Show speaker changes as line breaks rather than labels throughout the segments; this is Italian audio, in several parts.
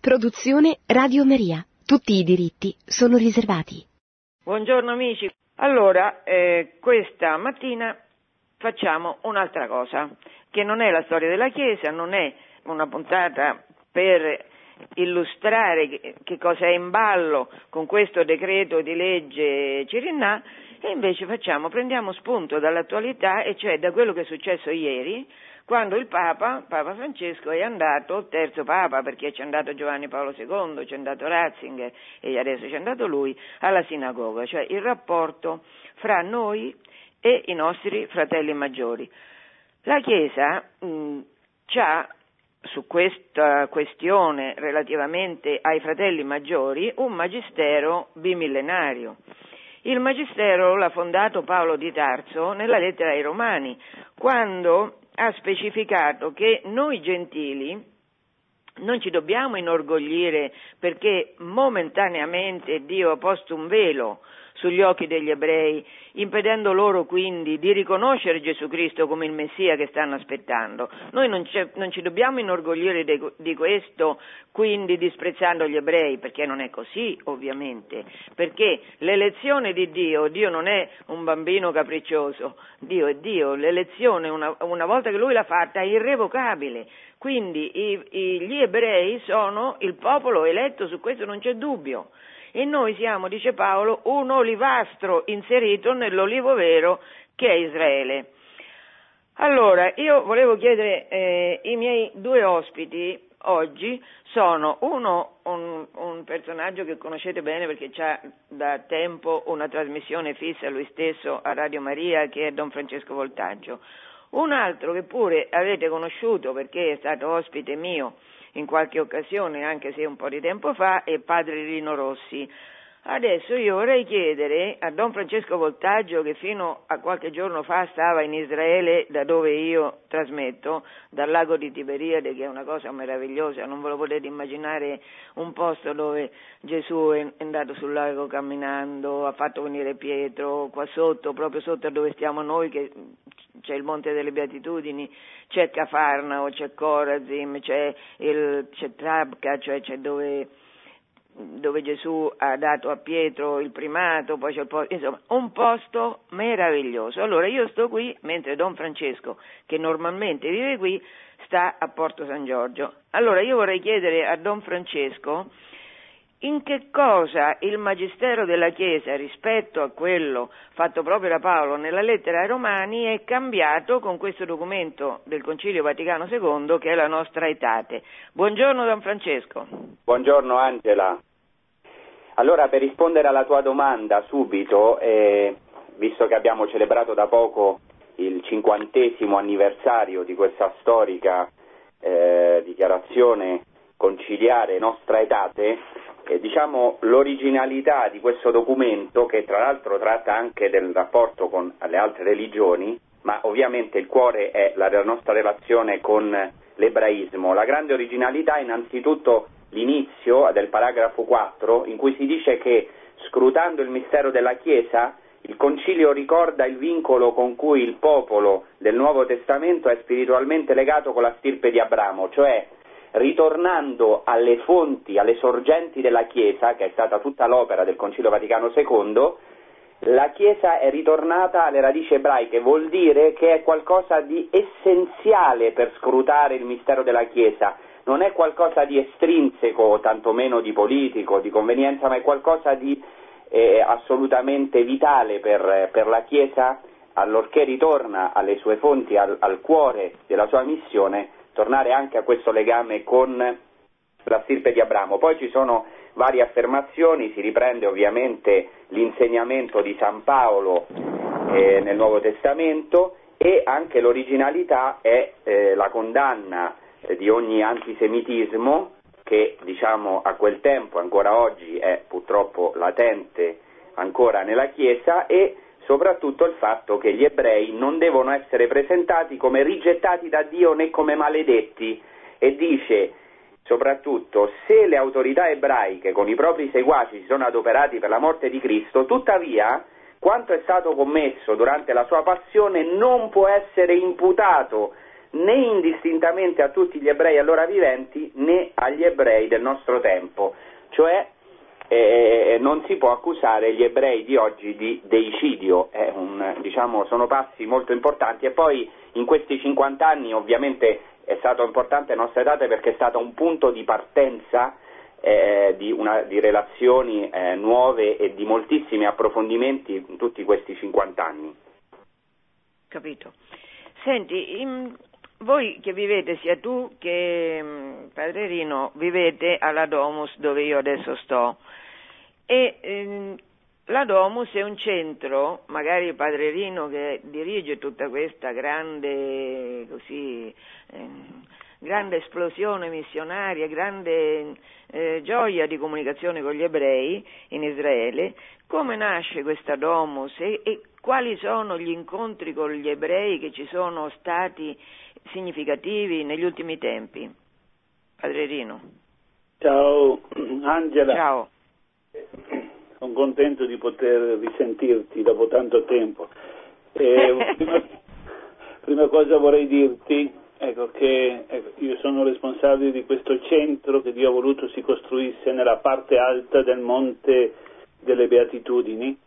Produzione Radio Maria. Tutti i diritti sono riservati.
Buongiorno amici. Allora, questa mattina facciamo un'altra cosa, che non è la storia della Chiesa, non è una puntata per illustrare che cosa è in ballo con questo decreto di legge Cirinnà, e invece prendiamo spunto dall'attualità, e cioè da quello che è successo ieri, quando il Papa Francesco è andato, terzo Papa, perché c'è andato Giovanni Paolo II, c'è andato Ratzinger e adesso c'è andato lui, alla sinagoga, cioè il rapporto fra noi e i nostri fratelli maggiori. La Chiesa c'ha su questa questione relativamente ai fratelli maggiori un magistero bimillenario. Il magistero l'ha fondato Paolo di Tarso nella lettera ai Romani, quando ha specificato che noi gentili non ci dobbiamo inorgoglire perché momentaneamente Dio ha posto un velo sugli occhi degli ebrei, impedendo loro quindi di riconoscere Gesù Cristo come il Messia che stanno aspettando. Noi non ci dobbiamo inorgoglire di questo, quindi disprezzando gli ebrei, perché non è così ovviamente, perché l'elezione di Dio non è un bambino capriccioso, Dio è Dio, l'elezione una volta che Lui l'ha fatta è irrevocabile, quindi gli ebrei sono il popolo eletto, su questo non c'è dubbio. E noi siamo, dice Paolo, un olivastro inserito nell'olivo vero che è Israele. Allora, io volevo chiedere, i miei due ospiti oggi sono un personaggio che conoscete bene perché c'ha da tempo una trasmissione fissa lui stesso a Radio Maria, che è Don Francesco Voltaggio. Un altro che pure avete conosciuto perché è stato ospite mio in qualche occasione, anche se un po' di tempo fa, è padre Rino Rossi. Adesso io vorrei chiedere a Don Francesco Voltaggio, che fino a qualche giorno fa stava in Israele, da dove io trasmetto, dal lago di Tiberiade, che è una cosa meravigliosa, non ve lo potete immaginare, un posto dove Gesù è andato sul lago camminando, ha fatto venire Pietro, qua sotto, proprio sotto dove stiamo noi, che c'è il Monte delle Beatitudini, c'è Cafarnao, c'è Corazim, c'è Trabca, cioè c'è dove Gesù ha dato a Pietro il primato, poi c'è il posto, insomma, un posto meraviglioso. Allora io sto qui, mentre Don Francesco, che normalmente vive qui, sta a Porto San Giorgio. Allora io vorrei chiedere a Don Francesco in che cosa il magistero della Chiesa rispetto a quello fatto proprio da Paolo nella lettera ai Romani è cambiato con questo documento del Concilio Vaticano II, che è la nostra Aetate. Buongiorno Don Francesco.
Buongiorno Angela. Allora, per rispondere alla tua domanda subito, visto che abbiamo celebrato da poco il 50° anniversario di questa storica dichiarazione conciliare Nostra Aetate, diciamo l'originalità di questo documento, che tra l'altro tratta anche del rapporto con le altre religioni, ma ovviamente il cuore è la nostra relazione con l'ebraismo. La grande originalità è innanzitutto l'inizio del paragrafo 4, in cui si dice che, scrutando il mistero della Chiesa, il Concilio ricorda il vincolo con cui il popolo del Nuovo Testamento è spiritualmente legato con la stirpe di Abramo, cioè ritornando alle fonti, alle sorgenti della Chiesa, che è stata tutta l'opera del Concilio Vaticano II, la Chiesa è ritornata alle radici ebraiche, vuol dire che è qualcosa di essenziale per scrutare il mistero della Chiesa, non è qualcosa di estrinseco, tantomeno di politico, di convenienza, ma è qualcosa di assolutamente vitale per la Chiesa, allorché ritorna alle sue fonti, al cuore della sua missione, tornare anche a questo legame con la stirpe di Abramo. Poi ci sono varie affermazioni, si riprende ovviamente l'insegnamento di San Paolo nel Nuovo Testamento, e anche l'originalità è la condanna di ogni antisemitismo che, diciamo, a quel tempo, ancora oggi, è purtroppo latente ancora nella Chiesa, e soprattutto il fatto che gli ebrei non devono essere presentati come rigettati da Dio né come maledetti, e dice soprattutto: se le autorità ebraiche con i propri seguaci si sono adoperati per la morte di Cristo, tuttavia quanto è stato commesso durante la sua passione non può essere imputato né indistintamente a tutti gli ebrei allora viventi né agli ebrei del nostro tempo, cioè non si può accusare gli ebrei di oggi di deicidio, sono passi molto importanti. E poi in questi 50 anni ovviamente è stato importante Nostra Aetate perché è stato un punto di partenza di relazioni nuove e di moltissimi approfondimenti in tutti questi 50 anni.
Capito. Senti, voi che vivete, sia tu che Padre Rino, vivete alla Domus dove io adesso sto, e la Domus è un centro, magari Padre Rino che dirige tutta questa grande esplosione missionaria, grande gioia di comunicazione con gli ebrei in Israele. Come nasce questa Domus e quali sono gli incontri con gli ebrei che ci sono stati significativi negli ultimi tempi? Padre Rino.
Ciao Angela.
Ciao.
Sono contento di poter risentirti dopo tanto tempo. Prima cosa vorrei dirti che io sono responsabile di questo centro che Dio ha voluto si costruisse nella parte alta del Monte delle Beatitudini,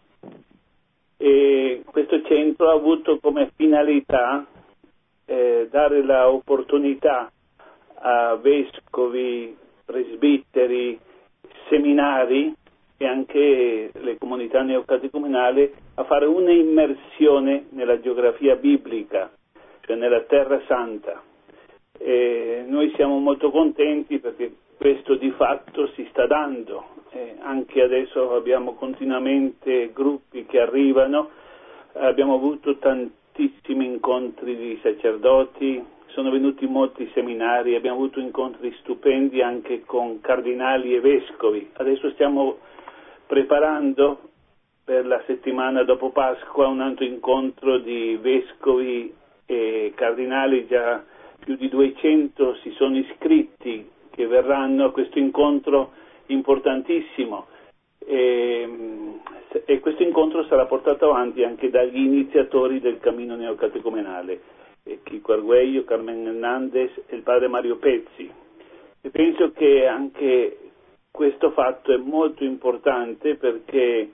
e questo centro ha avuto come finalità dare l'opportunità a vescovi, presbiteri, seminari e anche le comunità neocatecumenali a fare un'immersione nella geografia biblica, cioè nella Terra Santa. E noi siamo molto contenti perché questo di fatto si sta dando. Anche adesso abbiamo continuamente gruppi che arrivano, abbiamo avuto tantissimi incontri di sacerdoti, sono venuti molti seminari, abbiamo avuto incontri stupendi anche con cardinali e vescovi. Adesso stiamo preparando per la settimana dopo Pasqua un altro incontro di vescovi e cardinali, già più di 200 si sono iscritti che verranno a questo incontro importantissimo, e questo incontro sarà portato avanti anche dagli iniziatori del cammino neocatecumenale, Chico Arguello, Carmen Hernandez e il padre Mario Pezzi. E penso che anche questo fatto è molto importante perché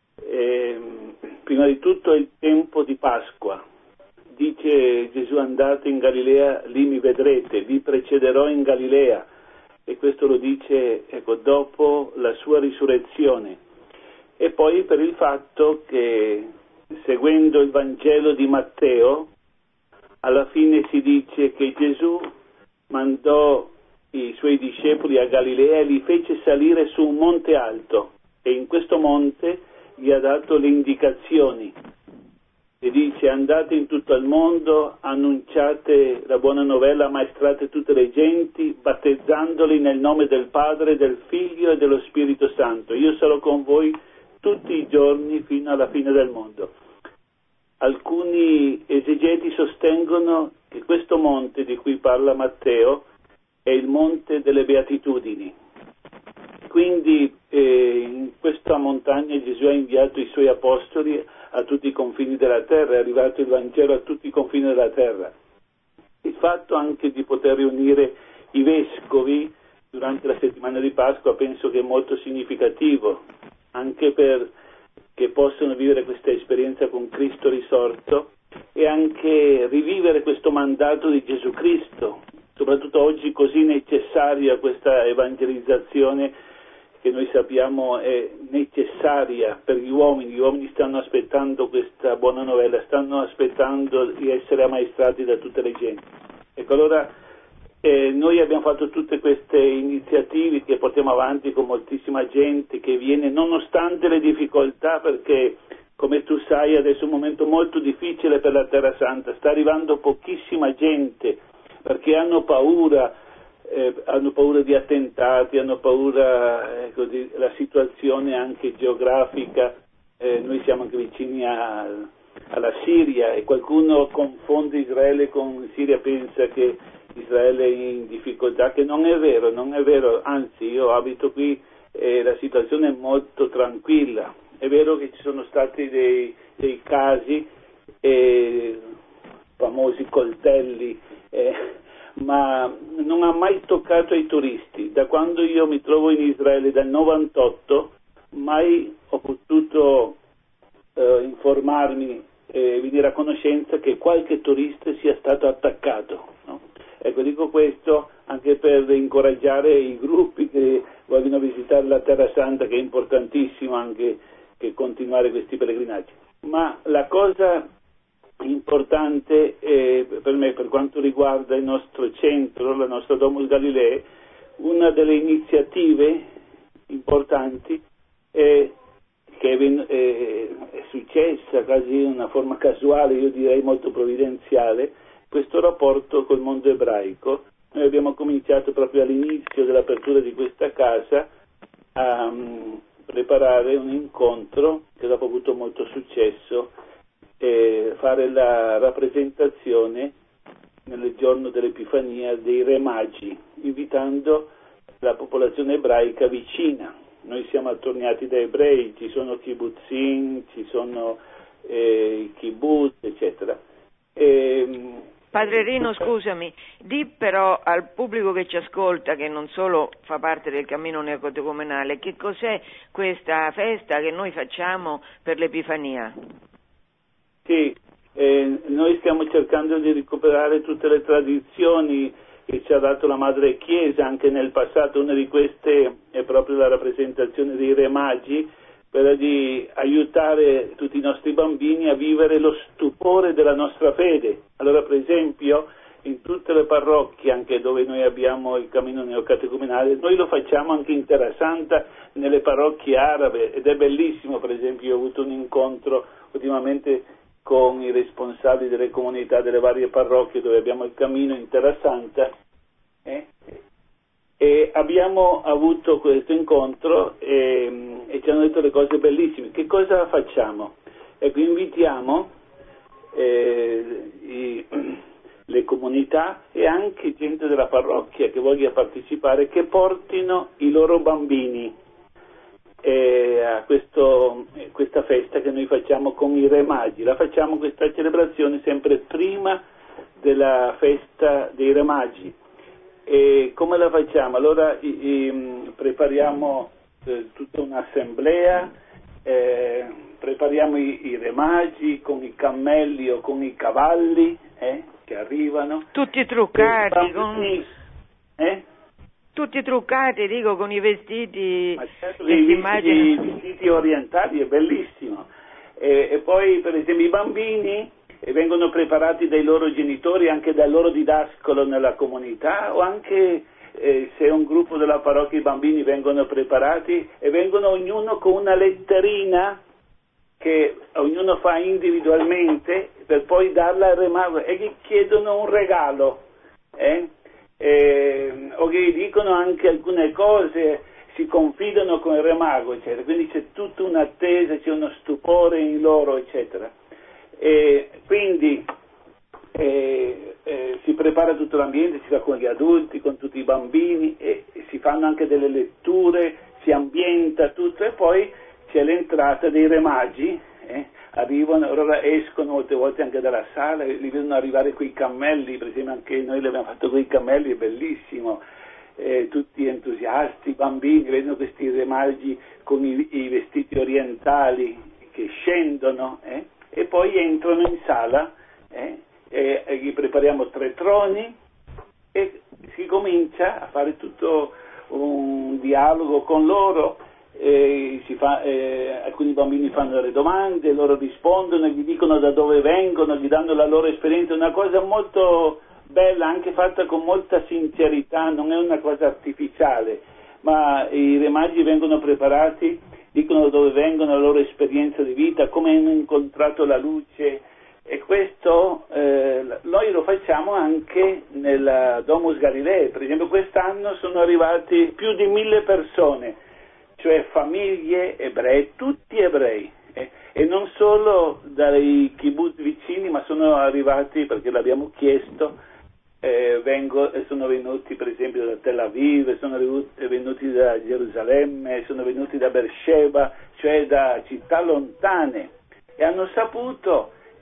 prima di tutto è il tempo di Pasqua. Dice Gesù: andate in Galilea, lì mi vedrete, vi precederò in Galilea. E questo lo dice dopo la sua risurrezione. E poi per il fatto che, seguendo il Vangelo di Matteo, alla fine si dice che Gesù mandò i suoi discepoli a Galilea e li fece salire su un monte alto, e in questo monte gli ha dato le indicazioni. E dice: andate in tutto il mondo, annunciate la buona novella, ammaestrate tutte le genti, battezzandoli nel nome del Padre, del Figlio e dello Spirito Santo. Io sarò con voi tutti i giorni fino alla fine del mondo. Alcuni esegeti sostengono che questo monte di cui parla Matteo è il monte delle Beatitudini. Quindi in questa montagna Gesù ha inviato i suoi apostoli a tutti i confini della terra, è arrivato il Vangelo a tutti i confini della terra. Il fatto anche di poter riunire i vescovi durante la settimana di Pasqua penso che è molto significativo, anche perché possono vivere questa esperienza con Cristo risorto e anche rivivere questo mandato di Gesù Cristo, soprattutto oggi così necessaria questa evangelizzazione che noi sappiamo è necessaria per gli uomini stanno aspettando questa buona novella, stanno aspettando di essere ammaestrati da tutte le genti. Ecco, allora noi abbiamo fatto tutte queste iniziative che portiamo avanti con moltissima gente che viene nonostante le difficoltà, perché come tu sai adesso è un momento molto difficile per la Terra Santa, sta arrivando pochissima gente perché hanno paura di attentati, hanno paura la situazione anche geografica. Noi siamo anche vicini alla Siria e qualcuno confonde Israele con Siria, pensa che Israele è in difficoltà, che non è vero, anzi io abito qui e la situazione è molto tranquilla. È vero che ci sono stati dei casi famosi coltelli, ma non ha mai toccato ai turisti. Da quando io mi trovo in Israele, dal 98, mai ho potuto informarmi e venire a conoscenza che qualche turista sia stato attaccato, no? Ecco, dico questo anche per incoraggiare i gruppi che vogliono visitare la Terra Santa, che è importantissimo anche che continuare questi pellegrinaggi. Ma la cosa importante per me, per quanto riguarda il nostro centro, la nostra Domus Galilei, una delle iniziative importanti è che è successa quasi in una forma casuale, io direi molto provvidenziale, questo rapporto col mondo ebraico. Noi abbiamo cominciato proprio all'inizio dell'apertura di questa casa a preparare un incontro che dopo ha avuto molto successo, fare la rappresentazione nel giorno dell'Epifania dei Re Magi, invitando la popolazione ebraica vicina. Noi siamo attorniati da ebrei, ci sono kibbutzim, ci sono i kibbutz, eccetera.
Padre Rino, scusami, di però al pubblico che ci ascolta, che non solo fa parte del cammino neocatecumenale, che cos'è questa festa che noi facciamo per l'Epifania?
Sì, noi stiamo cercando di recuperare tutte le tradizioni che ci ha dato la Madre Chiesa anche nel passato. Una di queste è proprio la rappresentazione dei Re Magi, quella di aiutare tutti i nostri bambini a vivere lo stupore della nostra fede. Allora, per esempio, in tutte le parrocchie, anche dove noi abbiamo il cammino neocatecumenale, noi lo facciamo anche in Terra Santa, nelle parrocchie arabe, ed è bellissimo. Per esempio, io ho avuto un incontro ultimamente con i responsabili delle comunità delle varie parrocchie dove abbiamo il cammino in Terra Santa, e abbiamo avuto questo incontro e ci hanno detto le cose bellissime. Che cosa facciamo? Ecco, invitiamo le comunità e anche gente della parrocchia che voglia partecipare, che portino i loro bambini a questa festa che noi facciamo con i Re Magi. La facciamo questa celebrazione sempre prima della festa dei Re Magi. E come la facciamo? Allora prepariamo tutta un'assemblea, prepariamo i Re Magi con i cammelli o con i cavalli che arrivano.
Tutti truccati, tutti truccati, dico, con i vestiti,
certo, i vestiti orientali, è bellissimo. E poi, per esempio, i bambini vengono preparati dai loro genitori, anche dal loro didascolo nella comunità, o anche se è un gruppo della parrocchia i bambini vengono preparati e vengono ognuno con una letterina che ognuno fa individualmente per poi darla al Re Mago, e gli chiedono un regalo, o che gli dicono anche alcune cose, si confidano con il Re Mago, eccetera. Quindi c'è tutta un'attesa, c'è uno stupore in loro, eccetera. Quindi si prepara tutto l'ambiente, si fa con gli adulti, con tutti i bambini, e si fanno anche delle letture, si ambienta tutto, e poi c'è l'entrata dei Re Magi, arrivano, allora escono molte volte anche dalla sala, li vedono arrivare quei cammelli, per esempio anche noi l'abbiamo fatto con i cammelli, è bellissimo, tutti entusiasti, bambini, vedono questi Re Magi con i vestiti orientali che scendono, e poi entrano in sala, e gli prepariamo 3 troni e si comincia a fare tutto un dialogo con loro, alcuni bambini fanno delle domande, loro rispondono, gli dicono da dove vengono, gli danno la loro esperienza, una cosa molto bella, anche fatta con molta sincerità, non è una cosa artificiale, ma i Re Magi vengono preparati, dicono da dove vengono, la loro esperienza di vita, come hanno incontrato la luce, e questo noi lo facciamo anche nella Domus Galilei. Per esempio quest'anno sono arrivati più di 1000 persone, cioè famiglie ebrei, tutti ebrei, e non solo dai kibbutz vicini, ma sono arrivati, perché l'abbiamo chiesto, sono venuti per esempio da Tel Aviv, sono venuti da Gerusalemme, sono venuti da Beersheba, cioè da città lontane, e hanno saputo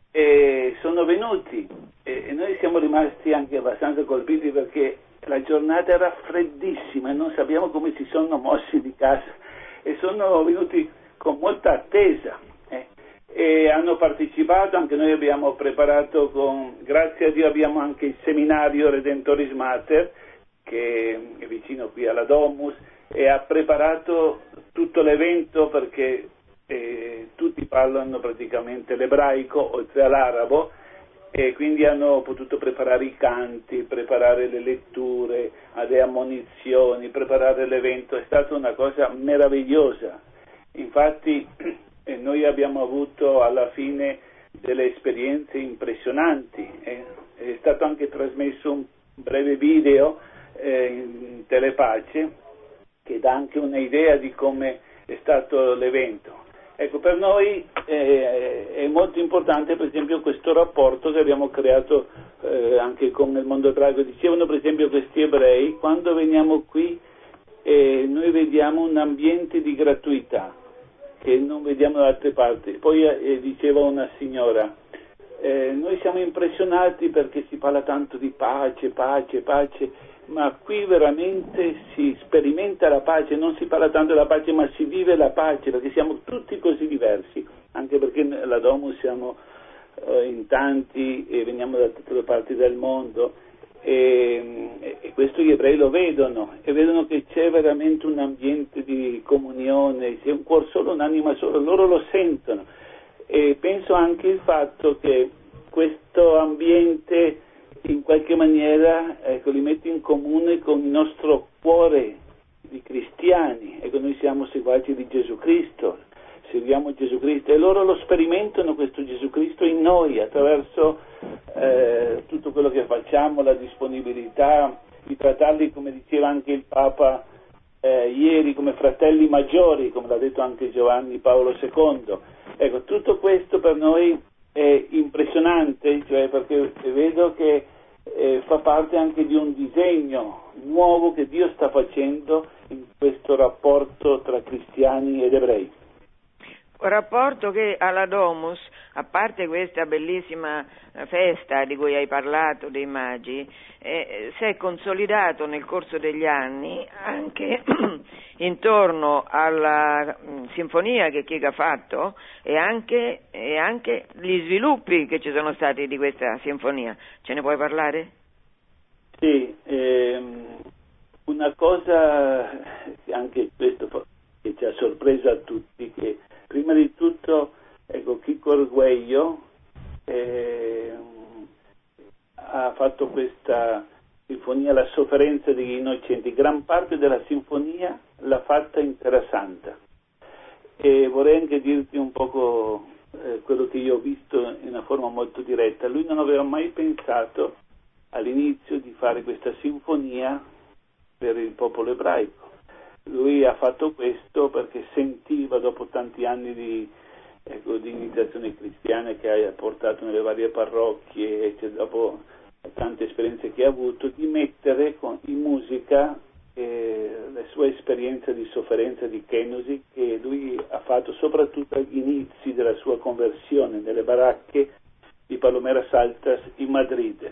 sono venuti e noi siamo rimasti anche abbastanza colpiti perché la giornata era freddissima e non sappiamo come si sono mossi di casa e sono venuti con molta attesa e hanno partecipato. Anche noi abbiamo preparato, grazie a Dio abbiamo anche il seminario Redentoris Mater che è vicino qui alla Domus e ha preparato tutto l'evento perché tutti parlano praticamente l'ebraico oltre all'arabo e quindi hanno potuto preparare i canti, preparare le letture, le ammonizioni, preparare l'evento. È stata una cosa meravigliosa. Infatti noi abbiamo avuto alla fine delle esperienze impressionanti. È stato anche trasmesso un breve video in Telepace che dà anche un'idea di come è stato l'evento. Ecco, per noi è molto importante per esempio questo rapporto che abbiamo creato anche con il mondo ebraico. Dicevano per esempio questi ebrei, quando veniamo qui noi vediamo un ambiente di gratuità che non vediamo da altre parti. Poi diceva una signora, noi siamo impressionati perché si parla tanto di pace, ma qui veramente si sperimenta la pace, non si parla tanto della pace ma si vive la pace, perché siamo tutti così diversi, anche perché la Domus siamo in tanti e veniamo da tutte le parti del mondo e questo gli ebrei lo vedono e vedono che c'è veramente un ambiente di comunione, c'è un cuore solo, un'anima sola, loro lo sentono e penso anche il fatto che questo ambiente in qualche maniera li mette in comune con il nostro cuore di cristiani. Ecco, noi siamo seguaci di Gesù Cristo, seguiamo Gesù Cristo e loro lo sperimentano questo Gesù Cristo in noi attraverso tutto quello che facciamo, la disponibilità di trattarli, come diceva anche il Papa ieri, come fratelli maggiori, come l'ha detto anche Giovanni Paolo II. Ecco, tutto questo per noi è impressionante, cioè perché vedo che fa parte anche di un disegno nuovo che Dio sta facendo in questo rapporto tra cristiani ed ebrei.
Un rapporto che alla Domus, a parte questa bellissima festa di cui hai parlato dei Magi, si è consolidato nel corso degli anni anche intorno alla sinfonia che Chico ha fatto e anche gli sviluppi che ci sono stati di questa sinfonia. Ce ne puoi parlare?
Sì, una cosa anche questo che ci ha sorpreso a tutti, che prima di tutto ecco, Chico Arguello ha fatto questa sinfonia La sofferenza degli innocenti. Gran parte della sinfonia l'ha fatta in Terra Santa e vorrei anche dirti un poco quello che io ho visto in una forma molto diretta. Lui non aveva mai pensato all'inizio di fare questa sinfonia per il popolo ebraico. Lui ha fatto questo perché sentiva, dopo tanti anni di iniziazione cristiana che ha portato nelle varie parrocchie, dopo tante esperienze che ha avuto, di mettere in musica la sua esperienza di sofferenza, di kenosi, che lui ha fatto soprattutto agli inizi della sua conversione nelle baracche di Palomera Saltas in Madrid.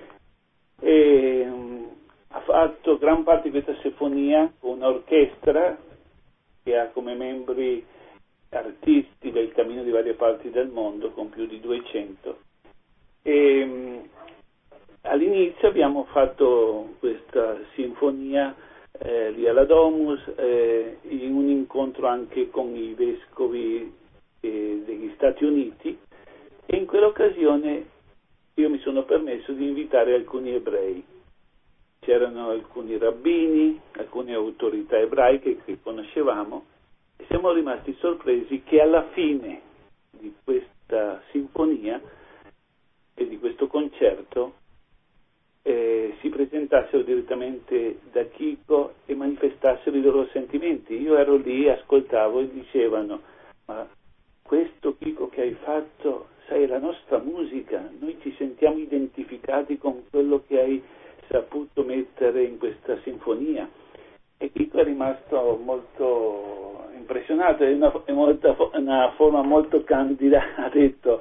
E ha fatto gran parte di questa sinfonia con un'orchestra che ha come membri artisti del cammino di varie parti del mondo, con più di 200. E all'inizio abbiamo fatto questa sinfonia lì alla Domus, in un incontro anche con i vescovi degli Stati Uniti, e in quell'occasione io mi sono permesso di invitare alcuni ebrei. C'erano alcuni rabbini, alcune autorità ebraiche che conoscevamo e siamo rimasti sorpresi che alla fine di questa sinfonia e di questo concerto si presentassero direttamente da Chico e manifestassero i loro sentimenti. Io ero lì, ascoltavo e dicevano: ma questo Chico che hai fatto, sai, è la nostra musica, noi ci sentiamo identificati con quello che hai saputo mettere in questa sinfonia. E Chico è rimasto molto impressionato, è una forma molto candida, ha detto: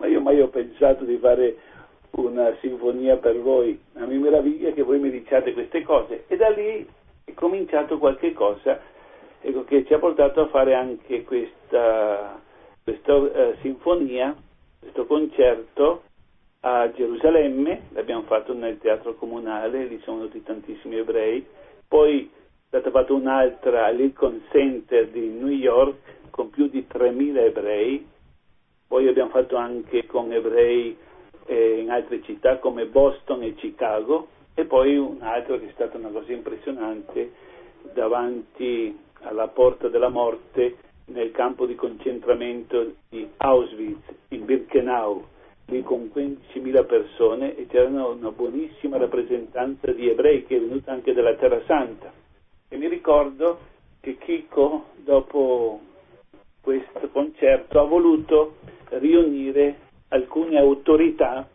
ma io mai ho pensato di fare una sinfonia per voi, ma mi meraviglia che voi mi diciate queste cose. E da lì è cominciato qualche cosa, ecco, che ci ha portato a fare anche questa sinfonia, questo concerto a Gerusalemme. L'abbiamo fatto nel teatro comunale, lì sono venuti tantissimi ebrei. Poi è stata fatta un'altra al Lincoln Center di New York con più di 3.000 ebrei. Poi abbiamo fatto anche con ebrei in altre città come Boston e Chicago, e poi un'altra che è stata una cosa impressionante davanti alla porta della morte nel campo di concentramento di Auschwitz in Birkenau, lì con 15.000 persone, e c'era una buonissima rappresentanza di ebrei che è venuta anche dalla Terra Santa. E mi ricordo che Chico, dopo questo concerto, ha voluto riunire alcune autorità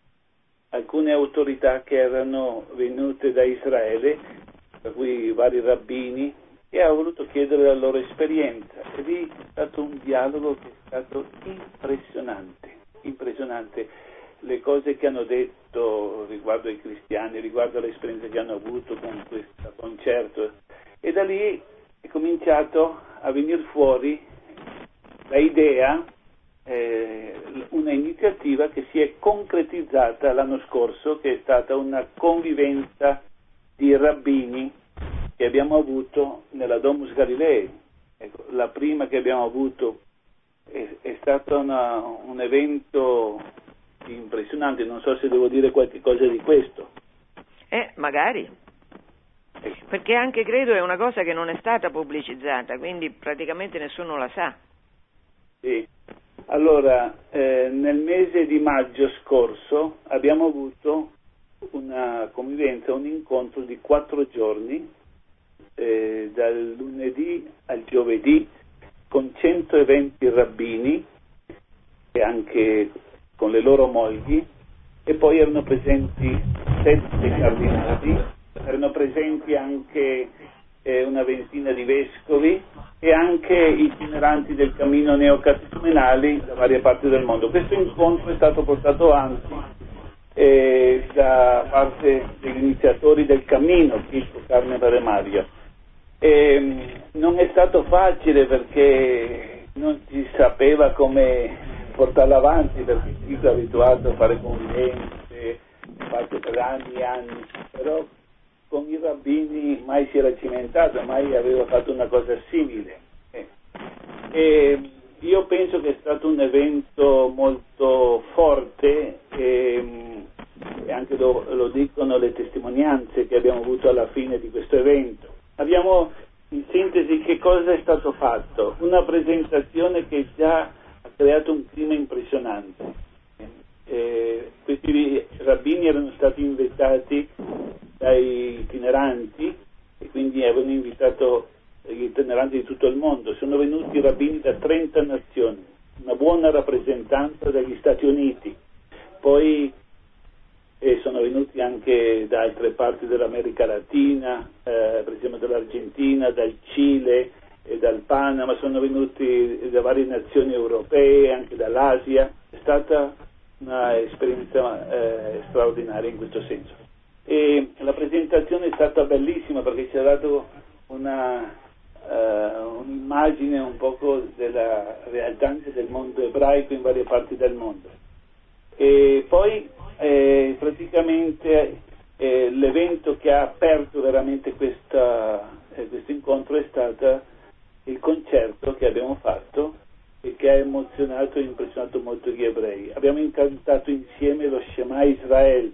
che erano venute da Israele, tra cui vari rabbini, e ha voluto chiedere la loro esperienza. E lì è stato un dialogo che è stato impressionante. Le cose che hanno detto riguardo ai cristiani, riguardo all'esperienza che hanno avuto con questo concerto. E da lì è cominciato a venire fuori l'idea, una iniziativa che si è concretizzata l'anno scorso, che è stata una convivenza di rabbini che abbiamo avuto nella Domus Galilei. Ecco, la prima che abbiamo avuto è stato un evento impressionante. Non so se devo dire qualche cosa di questo.
Magari. Perché anche credo è una cosa che non è stata pubblicizzata, quindi praticamente nessuno la sa.
Sì. Allora, nel mese di maggio scorso abbiamo avuto una convivenza, un incontro di 4 giorni, dal lunedì al giovedì, con 120 rabbini e anche con le loro mogli, e poi erano presenti 7 cardinali, erano presenti anche una ventina di vescovi e anche itineranti del cammino neocatecumenali da varie parti del mondo. Questo incontro è stato portato avanti da parte degli iniziatori del cammino, Chico, Carmen e Mario. Non è stato facile perché non si sapeva come portarla avanti, perché Chico è abituato a fare convivenze, fatte per anni e anni, però con i rabbini mai si era cimentato, mai aveva fatto una cosa simile. E io penso che è stato un evento molto forte, e anche lo dicono le testimonianze che abbiamo avuto alla fine di questo evento. Abbiamo, in sintesi, che cosa è stato fatto? Una presentazione che già ha creato un clima impressionante. Questi rabbini erano stati invitati dai itineranti, e quindi avevano invitato gli itineranti di tutto il mondo. Sono venuti rabbini da 30 nazioni, una buona rappresentanza dagli Stati Uniti, poi sono venuti anche da altre parti dell'America Latina, per esempio dall'Argentina, dal Cile e dal Panama, sono venuti da varie nazioni europee, anche dall'Asia. È stata una esperienza straordinaria in questo senso. E la presentazione è stata bellissima perché ci ha dato un'immagine un poco della realtà anche del mondo ebraico in varie parti del mondo. E poi praticamente l'evento che ha aperto veramente questo incontro è stato il concerto che abbiamo fatto e che ha emozionato e impressionato molto gli ebrei. Abbiamo incantato insieme lo Shema Israel.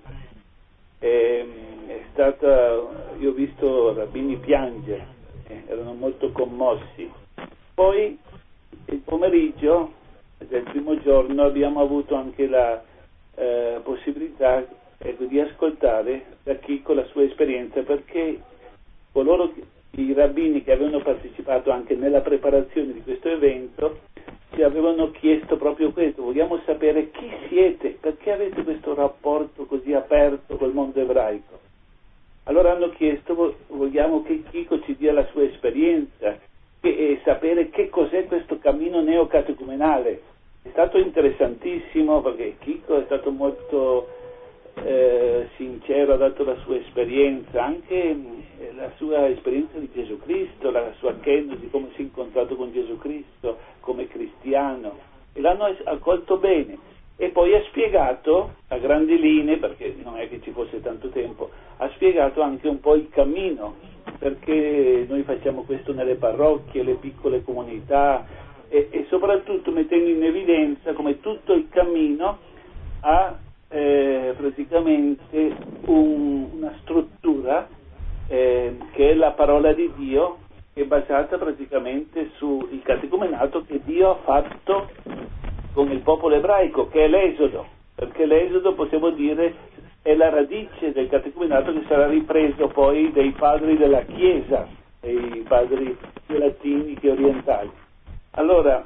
Io ho visto rabbini piangere, erano molto commossi. Poi il pomeriggio del primo giorno abbiamo avuto anche la possibilità di ascoltare da Chico la sua esperienza, perché i rabbini che avevano partecipato anche nella preparazione di questo evento ci avevano chiesto proprio questo: vogliamo sapere chi siete, perché avete questo rapporto così aperto col mondo ebraico. Allora hanno chiesto: vogliamo che Chico ci dia la sua esperienza e sapere che cos'è questo cammino neocatecumenale. È stato interessantissimo perché Chico è stato molto sincero, ha dato la sua esperienza, anche la sua esperienza di Gesù Cristo, la sua kenosi, come si è incontrato con Gesù Cristo come cristiano, e l'hanno accolto bene. E poi ha spiegato a grandi linee, perché non è che ci fosse tanto tempo, ha spiegato anche un po' il cammino, perché noi facciamo questo nelle parrocchie, le piccole comunità, e soprattutto mettendo in evidenza come tutto il cammino ha praticamente una struttura che è la parola di Dio, che è basata praticamente sul catecumenato che Dio ha fatto con il popolo ebraico, che è l'Esodo, perché l'Esodo, possiamo dire, è la radice del catecumenato che sarà ripreso poi dai padri della Chiesa, dei padri sia latini che orientali. Allora,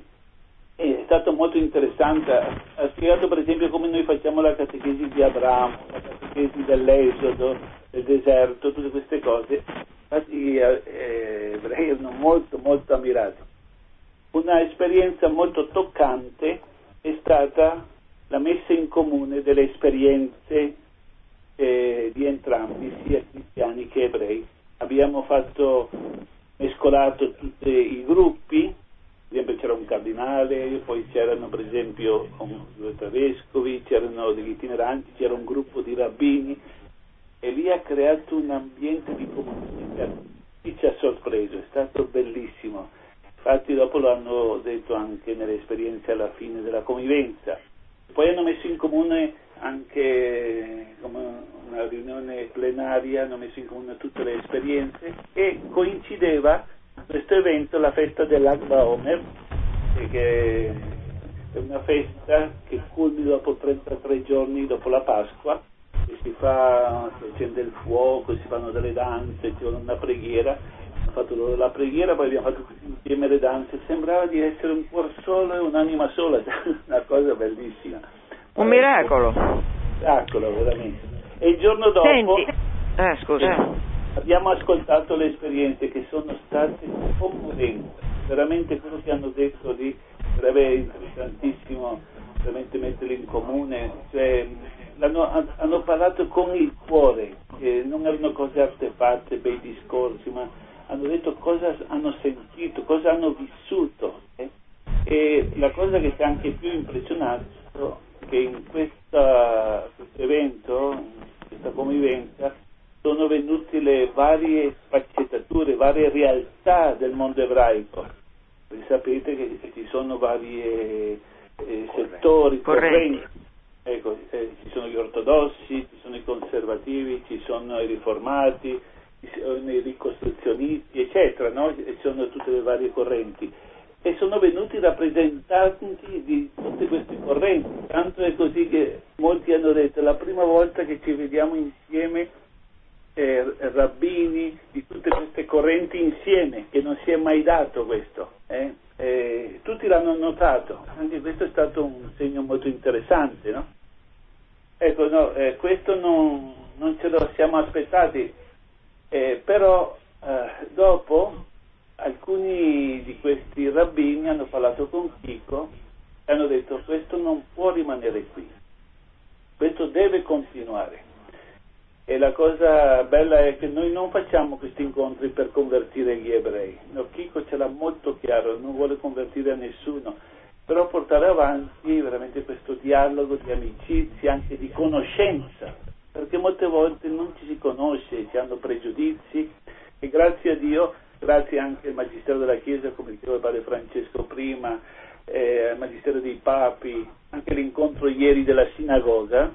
è stato molto interessante, ha spiegato per esempio come noi facciamo la catechesi di Abramo, la catechesi dell'Esodo, del deserto, tutte queste cose. Infatti gli ebrei erano molto molto ammirati. Una esperienza molto toccante è stata la messa in comune delle esperienze di entrambi, sia cristiani che ebrei. Abbiamo mescolato tutti i gruppi. Per esempio c'era un cardinale, poi c'erano per esempio due vescovi, c'erano degli itineranti, c'era un gruppo di rabbini, e lì ha creato un ambiente di comunità che ci ha sorpreso, è stato bellissimo. Infatti dopo lo hanno detto anche nelle esperienze alla fine della convivenza. Poi hanno messo in comune anche come una riunione plenaria, hanno messo in comune tutte le esperienze, e coincideva questo evento la festa dell'Ag Baomer, che è una festa che culmina dopo 33 giorni dopo la Pasqua, e si accende il fuoco, si fanno delle danze, c'è una preghiera. Hanno fatto loro la preghiera, poi abbiamo fatto tutti insieme le danze, sembrava di essere un cuor solo e un'anima sola, una cosa bellissima.
Un miracolo.
Miracolo, veramente. E il giorno dopo...
Senti, scusa.
Abbiamo ascoltato le esperienze che sono state commoventi, veramente quello che hanno detto lì sarebbe interessantissimo veramente metterli in comune, cioè hanno parlato con il cuore, non erano cose artefatte, bei discorsi, ma hanno detto cosa hanno sentito, cosa hanno vissuto, e la cosa che ci ha anche più impressionato è che in questo evento, in questa convivenza, sono venute le varie sfaccettature, varie realtà del mondo ebraico. Voi sapete che ci sono vari settori, correnti. Ecco, ci sono gli ortodossi, ci sono i conservativi, ci sono i riformati, ci sono i ricostruzionisti, eccetera, no? Ci sono tutte le varie correnti. E sono venuti rappresentanti di tutte queste correnti. Tanto è così che molti hanno detto: è la prima volta che ci vediamo insieme rabbini di tutte queste correnti insieme, che non si è mai dato questo, tutti l'hanno notato, anche questo è stato un segno molto interessante, no? Ecco, no, questo non ce lo siamo aspettati, però dopo alcuni di questi rabbini hanno parlato con Chico e hanno detto: questo non può rimanere qui, questo deve continuare. E la cosa bella è che noi non facciamo questi incontri per convertire gli ebrei. No, Chico ce l'ha molto chiaro, non vuole convertire a nessuno, però portare avanti veramente questo dialogo di amicizia, anche di conoscenza, perché molte volte non ci si conosce, si hanno pregiudizi, e grazie a Dio, grazie anche al Magistero della Chiesa, come diceva il padre Francesco prima, al Magistero dei Papi, anche l'incontro ieri della sinagoga,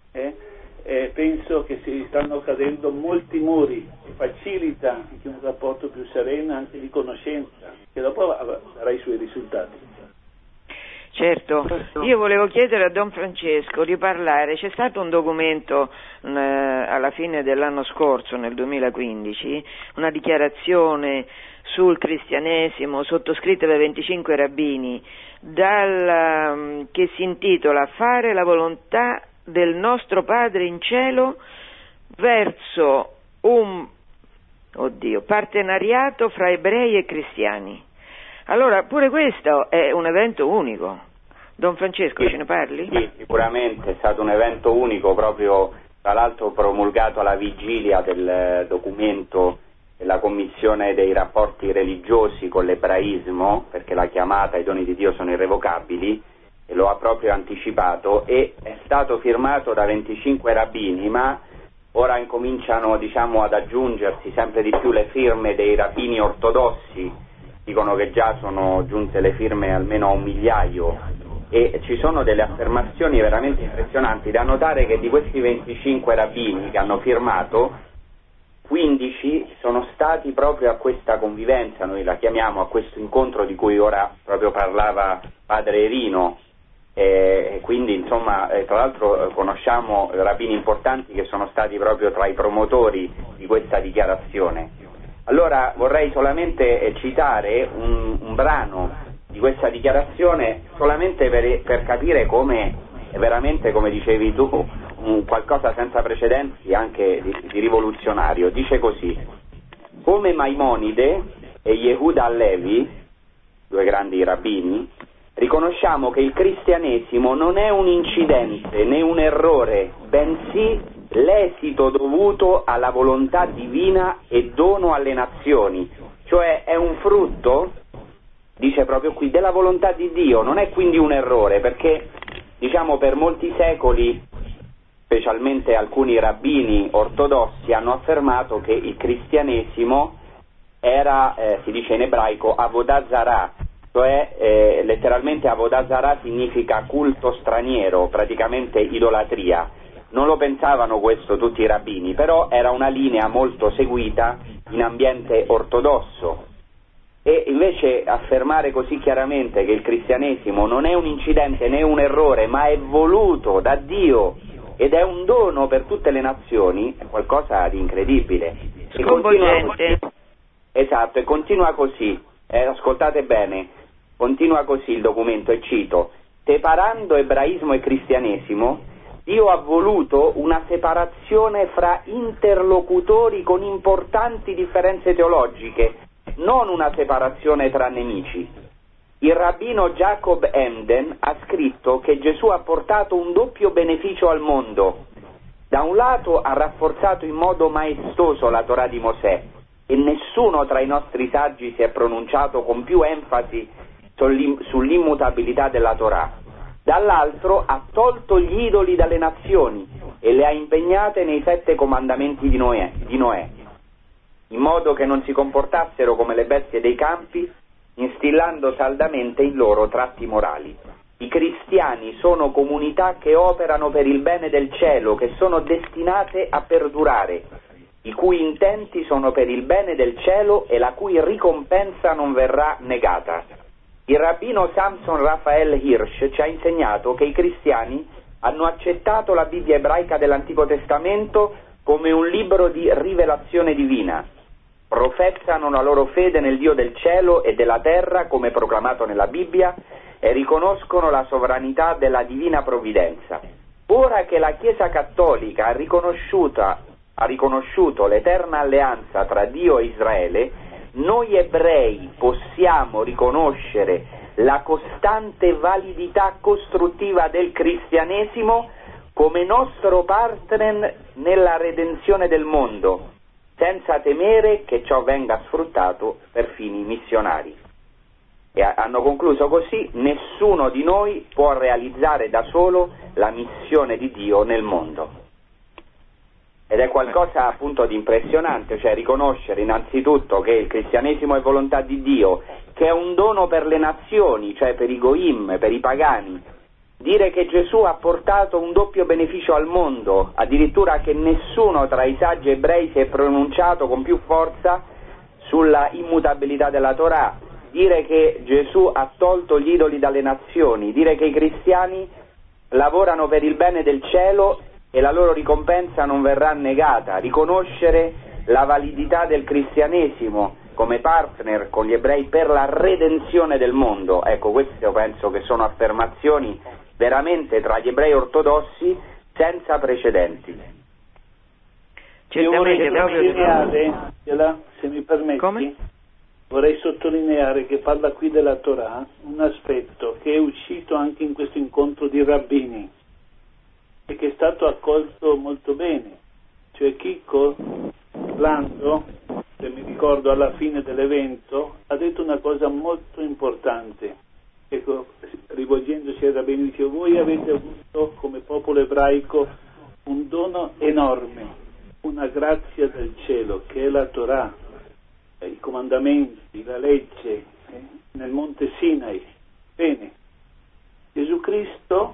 penso che si stanno cadendo molti muri, e facilita anche un rapporto più sereno, anche di conoscenza, che dopo darà i suoi risultati.
Certo, io volevo chiedere a Don Francesco di parlare. C'è stato un documento alla fine dell'anno scorso, nel 2015, una dichiarazione sul cristianesimo sottoscritta da 25 rabbini, che si intitola "Fare la volontà del nostro Padre in cielo verso un partenariato fra ebrei e cristiani". Allora, pure questo è un evento unico, Don Francesco, ce ne parli?
Sì, sicuramente è stato un evento unico, proprio tra l'altro promulgato alla vigilia del documento della Commissione dei rapporti religiosi con l'ebraismo, perché la chiamata ai doni di Dio sono irrevocabili, e lo ha proprio anticipato, e è stato firmato da 25 rabbini, ma ora incominciano, diciamo, ad aggiungersi sempre di più le firme dei rabbini ortodossi, dicono che già sono giunte le firme almeno a 1 migliaio, e ci sono delle affermazioni veramente impressionanti. Da notare che di questi 25 rabbini che hanno firmato, 15 sono stati proprio a questa convivenza, noi la chiamiamo, a questo incontro di cui ora proprio parlava padre Rino, e quindi insomma tra l'altro conosciamo rabbini importanti che sono stati proprio tra i promotori di questa dichiarazione. Allora vorrei solamente citare un brano di questa dichiarazione, solamente per capire come veramente, come dicevi tu, qualcosa senza precedenti, anche di rivoluzionario. Dice così: come Maimonide e Yehuda Halevi, 2 grandi rabbini, riconosciamo che il cristianesimo non è un incidente né un errore, bensì l'esito dovuto alla volontà divina e dono alle nazioni, cioè è un frutto, dice proprio qui, della volontà di Dio. Non è quindi un errore, perché diciamo per molti secoli, specialmente alcuni rabbini ortodossi, hanno affermato che il cristianesimo era, si dice in ebraico, Avodah Zarah, cioè letteralmente Avodah Zarah significa culto straniero, praticamente idolatria. Non lo pensavano questo tutti i rabbini, però era una linea molto seguita in ambiente ortodosso. E invece affermare così chiaramente che il cristianesimo non è un incidente né un errore, ma è voluto da Dio ed è un dono per tutte le nazioni, è qualcosa di incredibile.
Sconvolgente.
Esatto, e continua così, ascoltate bene, continua così il documento, e cito: separando ebraismo e cristianesimo, Dio ha voluto una separazione fra interlocutori con importanti differenze teologiche, non una separazione tra nemici. Il rabbino Jacob Emden ha scritto che Gesù ha portato un doppio beneficio al mondo. Da un lato ha rafforzato in modo maestoso la Torah di Mosè, e nessuno tra i nostri saggi si è pronunciato con più enfasi sull'immutabilità della Torah. Dall'altro ha tolto gli idoli dalle nazioni e le ha impegnate nei 7 comandamenti di Noè, in modo che non si comportassero come le bestie dei campi, instillando saldamente in loro tratti morali. I cristiani sono comunità che operano per il bene del cielo, che sono destinate a perdurare, i cui intenti sono per il bene del cielo e la cui ricompensa non verrà negata. Il rabbino Samson Raphael Hirsch ci ha insegnato che i cristiani hanno accettato la Bibbia ebraica dell'Antico Testamento come un libro di rivelazione divina. Professano la loro fede nel Dio del cielo e della terra, come proclamato nella Bibbia, e riconoscono la sovranità della divina provvidenza. Ora che la Chiesa Cattolica ha riconosciuto l'eterna alleanza tra Dio e Israele, noi ebrei possiamo riconoscere la costante validità costruttiva del cristianesimo come nostro partner nella redenzione del mondo, senza temere che ciò venga sfruttato per fini missionari. E hanno concluso così: nessuno di noi può realizzare da solo la missione di Dio nel mondo. Ed è qualcosa appunto di impressionante, cioè riconoscere innanzitutto che il cristianesimo è volontà di Dio, che è un dono per le nazioni, cioè per i goim, per i pagani. Dire che Gesù ha portato un doppio beneficio al mondo, addirittura che nessuno tra i saggi ebrei si è pronunciato con più forza sulla immutabilità della Torah, dire che Gesù ha tolto gli idoli dalle nazioni, dire che i cristiani lavorano per il bene del cielo e la loro ricompensa non verrà negata, riconoscere la validità del cristianesimo come partner con gli ebrei per la redenzione del mondo. Ecco, queste io penso che sono affermazioni veramente tra gli ebrei ortodossi senza precedenti.
Io vorrei sottolineare, se mi permetti,
come?
vorrei sottolineare che parla qui della Torah, un aspetto che è uscito anche in questo incontro di rabbini e che è stato accolto molto bene. Cioè Chicco, parlando, se mi ricordo alla fine dell'evento, ha detto una cosa molto importante. Ecco, rivolgendosi ai rabbini, dice: voi avete avuto come popolo ebraico un dono enorme, una grazia del cielo, che è la Torah, i comandamenti, la legge, nel monte Sinai. Bene, Gesù Cristo,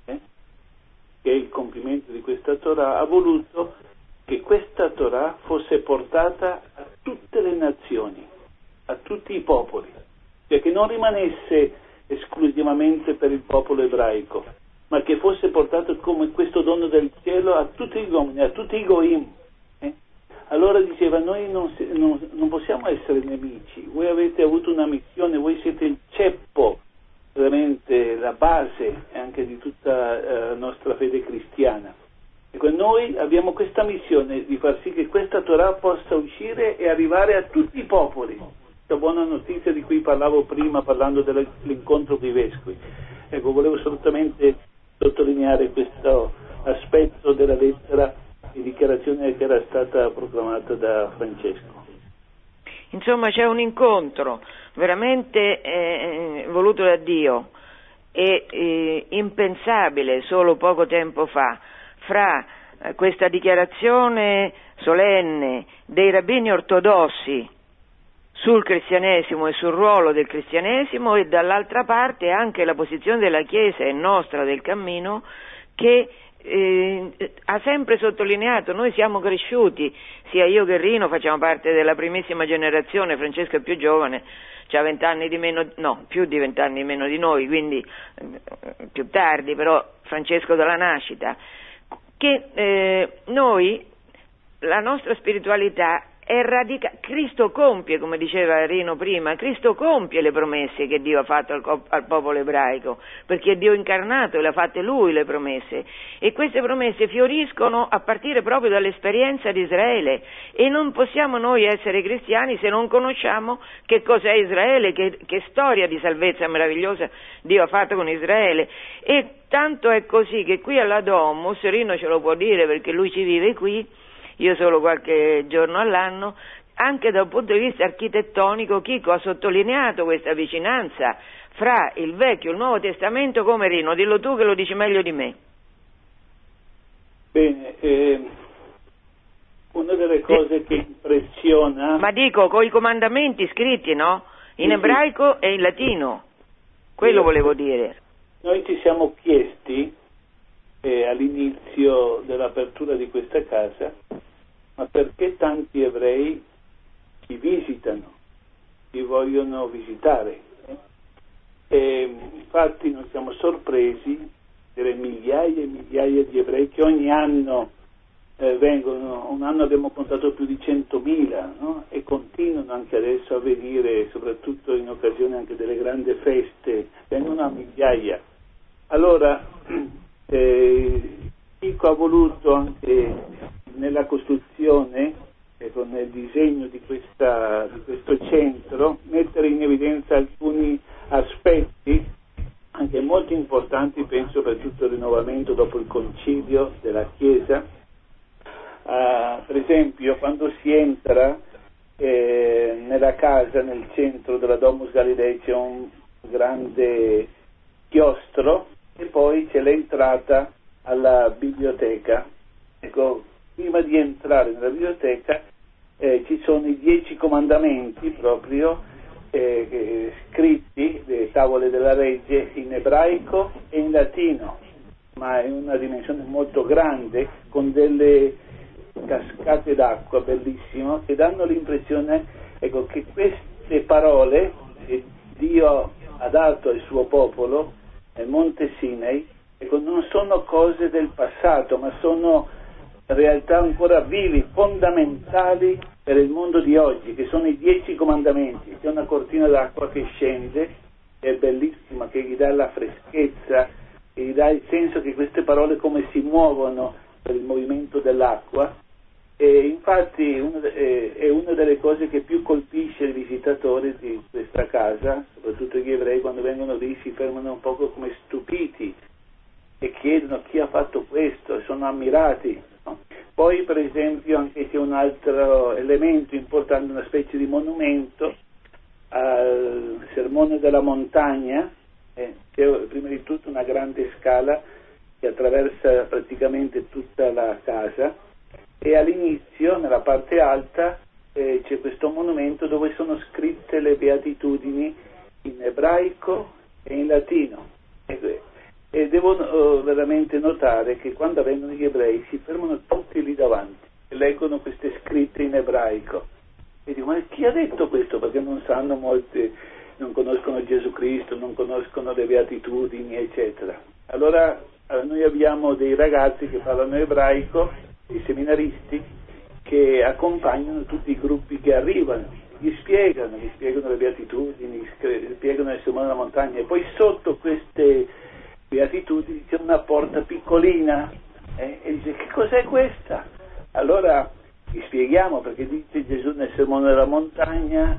che è il compimento di questa Torah, ha voluto che questa Torah fosse portata a tutte le nazioni, a tutti i popoli, cioè che non rimanesse esclusivamente per il popolo ebraico, ma che fosse portato come questo dono del cielo a tutti gli uomini, a tutti i goim. Allora diceva: noi non possiamo essere nemici, voi avete avuto una missione, voi siete il ceppo, veramente la base anche di tutta la nostra fede cristiana. Ecco, noi abbiamo questa missione di far sì che questa Torah possa uscire e arrivare a tutti i popoli. Questa buona notizia di cui parlavo prima, parlando dell'incontro dei vescovi. Ecco, volevo assolutamente sottolineare questo aspetto della lettera di dichiarazione che era stata proclamata da Francesco.
Insomma, c'è un incontro veramente voluto da Dio e impensabile solo poco tempo fa fra questa dichiarazione solenne dei rabbini ortodossi sul cristianesimo e sul ruolo del cristianesimo, e dall'altra parte anche la posizione della Chiesa e nostra del cammino, che ha sempre sottolineato: noi siamo cresciuti, sia io che Rino facciamo parte della primissima generazione, Francesco è più giovane, c'ha 20 anni di meno, no, più di 20 anni di meno di noi, quindi più tardi, però Francesco dalla nascita, che noi, la nostra spiritualità è Cristo compie, come diceva Rino prima, Cristo compie le promesse che Dio ha fatto al popolo ebraico, perché è Dio incarnato e le ha fatte Lui le promesse, e queste promesse fioriscono a partire proprio dall'esperienza di Israele, e non possiamo noi essere cristiani se non conosciamo che cos'è Israele, che storia di salvezza meravigliosa Dio ha fatto con Israele. E tanto è così che qui alla Domus, Rino ce lo può dire perché lui ci vive qui, io solo qualche giorno all'anno, anche da un punto di vista architettonico Chico ha sottolineato questa vicinanza fra il Vecchio e il Nuovo Testamento. Come, Rino? Dillo tu che lo dici meglio di me.
Bene, una delle cose che impressiona...
Ma dico, con i comandamenti scritti, no? In ebraico e in latino, quello volevo dire.
Noi ci siamo chiesti all'inizio dell'apertura di questa casa: ma perché tanti ebrei ci visitano, ci vogliono visitare? E infatti noi siamo sorpresi delle migliaia e migliaia di ebrei che ogni anno vengono. Un anno abbiamo contato più di 100.000, no? E continuano anche adesso a venire, soprattutto in occasione anche delle grandi feste, vengono a migliaia. Allora Chico ha voluto anche nella costruzione, nel disegno di questo centro, mettere in evidenza alcuni aspetti anche molto importanti, penso, per tutto il rinnovamento dopo il concilio della Chiesa. Per esempio, quando si entra nella casa, nel centro della Domus Galilei, c'è un grande chiostro e poi c'è l'entrata alla biblioteca. Ecco, prima di entrare nella biblioteca ci sono i 10 comandamenti proprio scritti, le tavole della legge, in ebraico e in latino, ma in una dimensione molto grande, con delle cascate d'acqua bellissime che danno l'impressione, ecco, che queste parole che Dio ha dato al suo popolo nel Monte Sinai, ecco, non sono cose del passato, ma sono realtà ancora vivi, fondamentali per il mondo di oggi, che sono i 10 comandamenti. C'è una cortina d'acqua che scende, è bellissima, che gli dà la freschezza, che gli dà il senso che queste parole come si muovono per il movimento dell'acqua, E infatti è una delle cose che più colpisce i visitatori di questa casa, soprattutto gli ebrei, quando vengono lì si fermano un poco come stupiti e chiedono chi ha fatto questo, e sono ammirati, no? Poi per esempio anche c'è un altro elemento importante, una specie di monumento al sermone della montagna, c'è prima di tutto una grande scala che attraversa praticamente tutta la casa, e all'inizio, nella parte alta, c'è questo monumento dove sono scritte le beatitudini in ebraico e in latino. E devo veramente notare che quando vengono gli ebrei si fermano tutti lì davanti e leggono queste scritte in ebraico. E dico, ma chi ha detto questo? Perché non sanno molti, non conoscono Gesù Cristo, non conoscono le beatitudini, eccetera. Allora noi abbiamo dei ragazzi che parlano ebraico, i seminaristi, che accompagnano tutti i gruppi che arrivano, gli spiegano le beatitudini, gli spiegano il sermone della montagna, e poi sotto queste beatitudini c'è una porta piccolina, e dice, che cos'è questa? Allora gli spieghiamo, perché dice Gesù nel sermone della montagna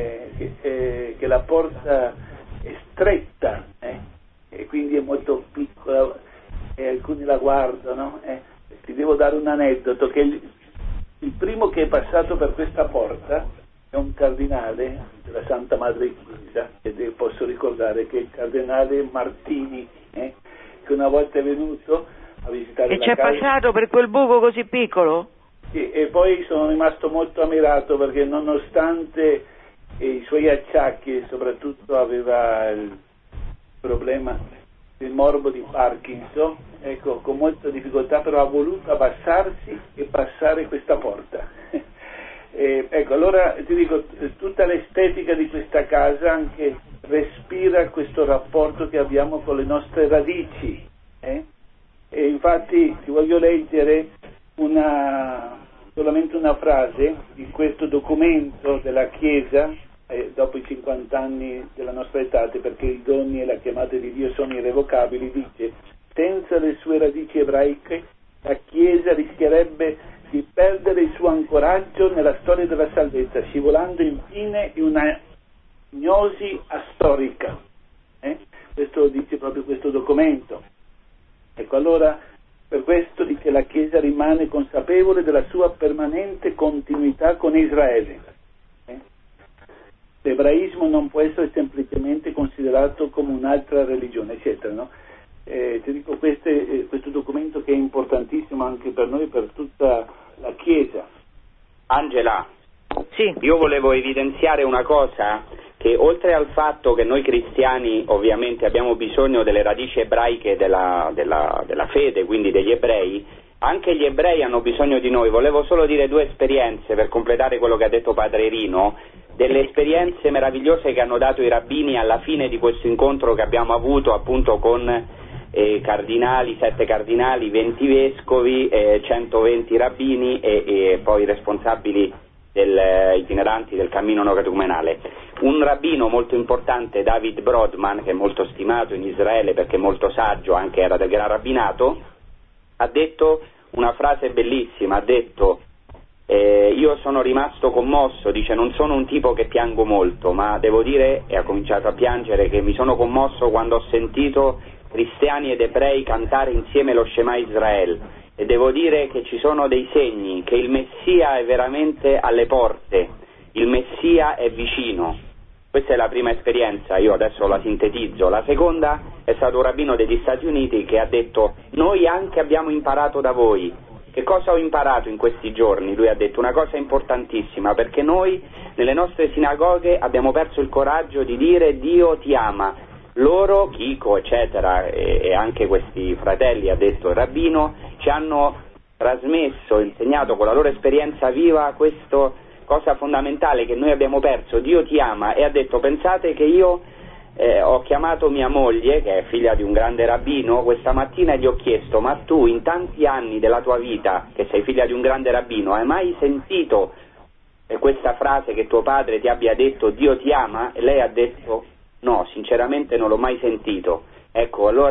che la porta è stretta, e quindi è molto piccola, e alcuni la guardano. Ti devo dare un aneddoto, che il primo che è passato per questa porta è un cardinale della Santa Madre Chiesa, e posso ricordare che è il cardinale Martini, che una volta è venuto a visitare la casa.
E c'è passato per quel buco così piccolo?
Sì, e poi sono rimasto molto ammirato, perché nonostante i suoi acciacchi, soprattutto aveva il problema del morbo di Parkinson, ecco, con molta difficoltà, però ha voluto abbassarsi e passare questa porta. Ecco, allora ti dico, tutta l'estetica di questa casa anche respira questo rapporto che abbiamo con le nostre radici, E infatti ti voglio leggere solamente una frase di questo documento della Chiesa, dopo i 50 anni della nostra età, perché i doni e la chiamata di Dio sono irrevocabili. Dice: senza le sue radici ebraiche la Chiesa rischierebbe di perdere il suo ancoraggio nella storia della salvezza, scivolando infine in una gnosi astorica. Questo dice proprio questo documento. Ecco, allora per questo dice la Chiesa rimane consapevole della sua permanente continuità con Israele. L'ebraismo non può essere semplicemente considerato come un'altra religione, eccetera, no? Ti dico, questo documento che è importantissimo anche per noi, per tutta la Chiesa.
Angela,
sì.
Io volevo evidenziare una cosa, che oltre al fatto che noi cristiani ovviamente abbiamo bisogno delle radici ebraiche della fede, quindi degli ebrei, anche gli ebrei hanno bisogno di noi. Volevo solo dire due esperienze per completare quello che ha detto Padre Rino, delle esperienze meravigliose che hanno dato i rabbini alla fine di questo incontro che abbiamo avuto appunto con cardinali, 7 cardinali, 20 vescovi, 120 rabbini e poi responsabili itineranti del cammino neocatecumenale. Un rabbino molto importante, David Brodman, che è molto stimato in Israele perché è molto saggio, anche era del Gran Rabbinato, ha detto una frase bellissima, ha detto: io sono rimasto commosso, dice, non sono un tipo che piango molto, ma devo dire, e ha cominciato a piangere, che mi sono commosso quando ho sentito cristiani ed ebrei cantare insieme lo Shema Israel, e devo dire che ci sono dei segni che il Messia è veramente alle porte, il Messia è vicino. Questa è la prima esperienza, io adesso la sintetizzo. La seconda è stato un rabbino degli Stati Uniti che ha detto: noi anche abbiamo imparato da voi. Che cosa ho imparato in questi giorni? Lui ha detto una cosa importantissima, perché noi nelle nostre sinagoghe abbiamo perso il coraggio di dire Dio ti ama. Loro, Chico eccetera, e anche questi fratelli, ha detto il rabbino, ci hanno trasmesso, insegnato con la loro esperienza viva questa cosa fondamentale che noi abbiamo perso: Dio ti ama. E ha detto: pensate che io ho chiamato mia moglie, che è figlia di un grande rabbino, questa mattina e gli ho chiesto: ma tu in tanti anni della tua vita, che sei figlia di un grande rabbino, hai mai sentito questa frase che tuo padre ti abbia detto Dio ti ama? E lei ha detto: no, sinceramente non l'ho mai sentito. Ecco, allora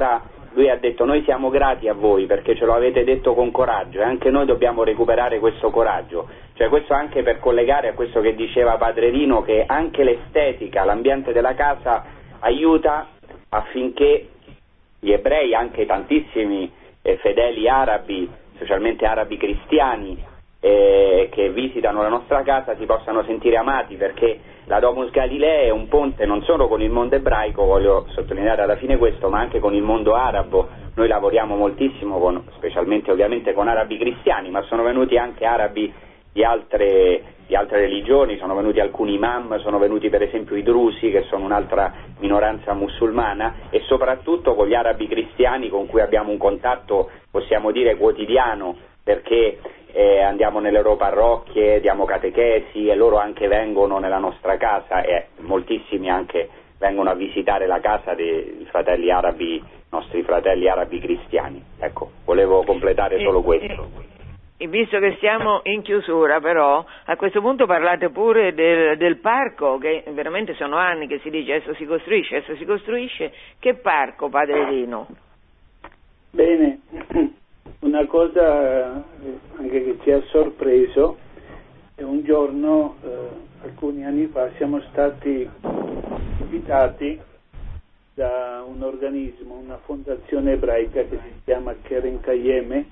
lui ha detto: noi siamo grati a voi perché ce lo avete detto con coraggio, e anche noi dobbiamo recuperare questo coraggio. Cioè, questo anche per collegare a questo che diceva Padre Rino, che anche l'estetica, l'ambiente della casa aiuta affinché gli ebrei, anche tantissimi fedeli arabi, specialmente arabi cristiani, che visitano la nostra casa, si possano sentire amati, perché la Domus Galilei è un ponte non solo con il mondo ebraico, voglio sottolineare alla fine questo, ma anche con il mondo arabo. Noi lavoriamo moltissimo specialmente ovviamente con arabi cristiani, ma sono venuti anche arabi di altre religioni, sono venuti alcuni imam, sono venuti per esempio i drusi, che sono un'altra minoranza musulmana, e soprattutto con gli arabi cristiani, con cui abbiamo un contatto, possiamo dire, quotidiano, perché andiamo nelle loro parrocchie, diamo catechesi, e loro anche vengono nella nostra casa, e moltissimi anche vengono a visitare la casa dei fratelli arabi, nostri fratelli arabi cristiani. Ecco, volevo completare solo questo.
E visto che siamo in chiusura, però, a questo punto parlate pure del parco, che veramente sono anni che si dice adesso si costruisce. Che parco, Padre Rino?
Bene, una cosa anche che ci ha sorpreso, è un giorno, alcuni anni fa, siamo stati invitati da un organismo, una fondazione ebraica che si chiama Keren Kayeme,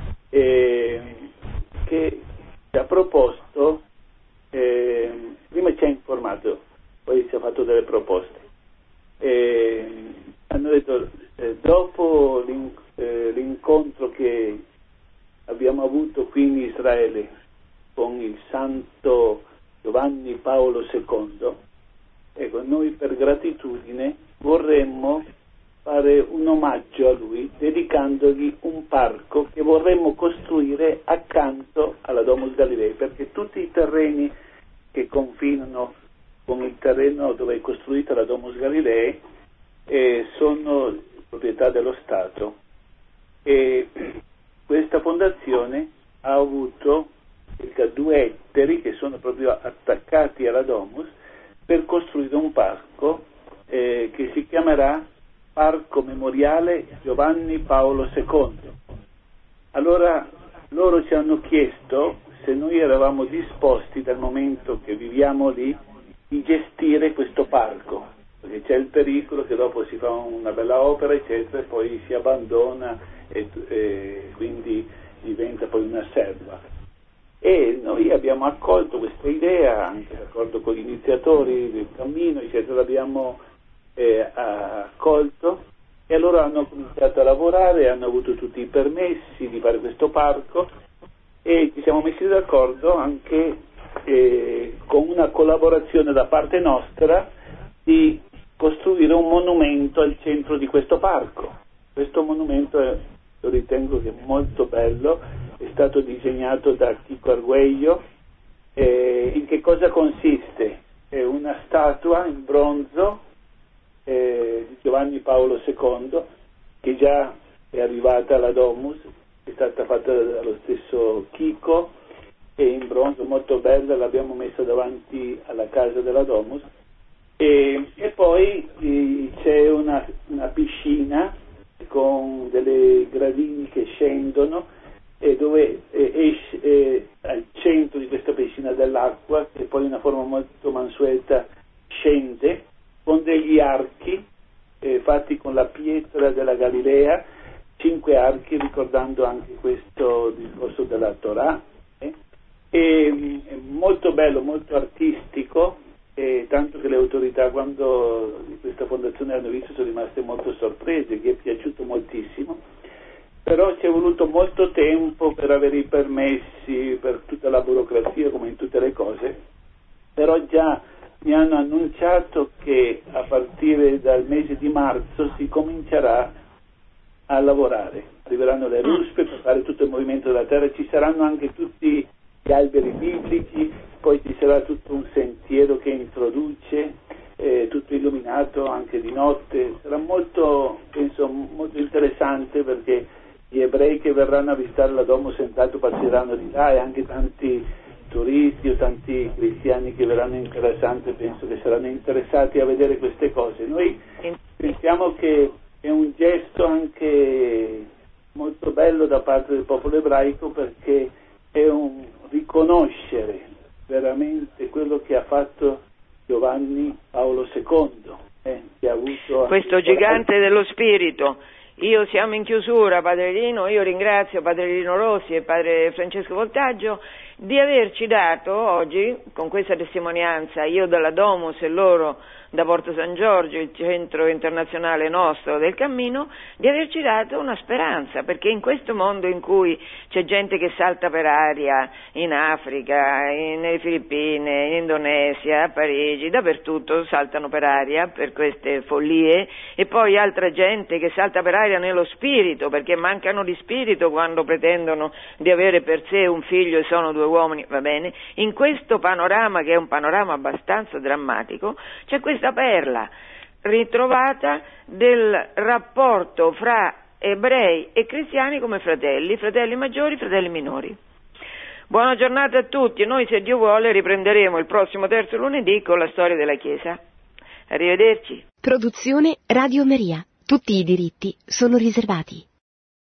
che ci ha proposto, prima ci ha informato, poi ci ha fatto delle proposte, hanno detto, dopo l'incontro che abbiamo avuto qui in Israele con il Santo Giovanni Paolo II, ecco, noi per gratitudine vorremmo fare un omaggio a lui, dedicandogli un parco che vorremmo costruire accanto alla Domus Galilei, perché tutti i terreni che confinano con il terreno dove è costruita la Domus Galilei sono proprietà dello Stato, e questa fondazione ha avuto circa 2 ettari che sono proprio attaccati alla Domus per costruire un parco che si chiamerà Parco Memoriale Giovanni Paolo II. Allora loro ci hanno chiesto se noi eravamo disposti, dal momento che viviamo lì, di gestire questo parco, perché c'è il pericolo che dopo si fa una bella opera eccetera e poi si abbandona e quindi diventa poi una serva. E noi abbiamo accolto questa idea, anche d'accordo con gli iniziatori del cammino eccetera, l'abbiamo accolto, e allora hanno cominciato a lavorare, hanno avuto tutti i permessi di fare questo parco, e ci siamo messi d'accordo anche con una collaborazione da parte nostra di costruire un monumento al centro di questo parco. Questo monumento lo ritengo che è molto bello, è stato disegnato da Chico Arguello. In che cosa consiste? È una statua in bronzo di Giovanni Paolo II, che già è arrivata alla Domus, è stata fatta dallo stesso Chico, è in bronzo, molto bella, l'abbiamo messa davanti alla casa della Domus, e poi c'è una piscina con delle gradini che scendono, e dove esce al centro di questa piscina dell'acqua, che poi in una forma molto mansueta scende con degli archi fatti con la pietra della Galilea, 5 archi, ricordando anche questo discorso della Torah, è molto bello, molto artistico, tanto che le autorità, quando questa fondazione hanno visto, sono rimaste molto sorprese, gli è piaciuto moltissimo. Però ci è voluto molto tempo per avere i permessi, per tutta la burocrazia, come in tutte le cose, però già mi hanno annunciato che a partire dal mese di marzo si comincerà a lavorare, arriveranno le ruspe per fare tutto il movimento della terra, ci saranno anche tutti gli alberi biblici, poi ci sarà tutto un sentiero che introduce, tutto illuminato anche di notte, sarà molto, penso, molto interessante, perché gli ebrei che verranno a visitare la Domus senz'altro passeranno di là, e anche tanti turisti o tanti cristiani che verranno interessanti, penso che saranno interessati a vedere queste cose. Noi pensiamo che è un gesto anche molto bello da parte del popolo ebraico, perché è un riconoscere veramente quello che ha fatto Giovanni Paolo II, che ha avuto
questo gigante dello spirito. Siamo in chiusura, Padre Rino, io ringrazio Padre Rino Rossi e Padre Francesco Voltaggio di averci dato oggi, con questa testimonianza, io dalla Domus e loro da Porto San Giorgio, il centro internazionale nostro del cammino, di averci dato una speranza, perché in questo mondo in cui c'è gente che salta per aria, in Africa, nelle Filippine, in Indonesia, a Parigi, dappertutto saltano per aria per queste follie, e poi altra gente che salta per aria nello spirito, perché mancano di spirito quando pretendono di avere per sé un figlio e sono 2 uomini, va bene? In questo panorama, che è un panorama abbastanza drammatico, c'è questa perla ritrovata del rapporto fra ebrei e cristiani come fratelli maggiori, fratelli minori. Buona giornata a tutti, noi se Dio vuole riprenderemo il prossimo terzo lunedì con la storia della Chiesa. Arrivederci.
Produzione Radio Maria. Tutti i diritti sono riservati.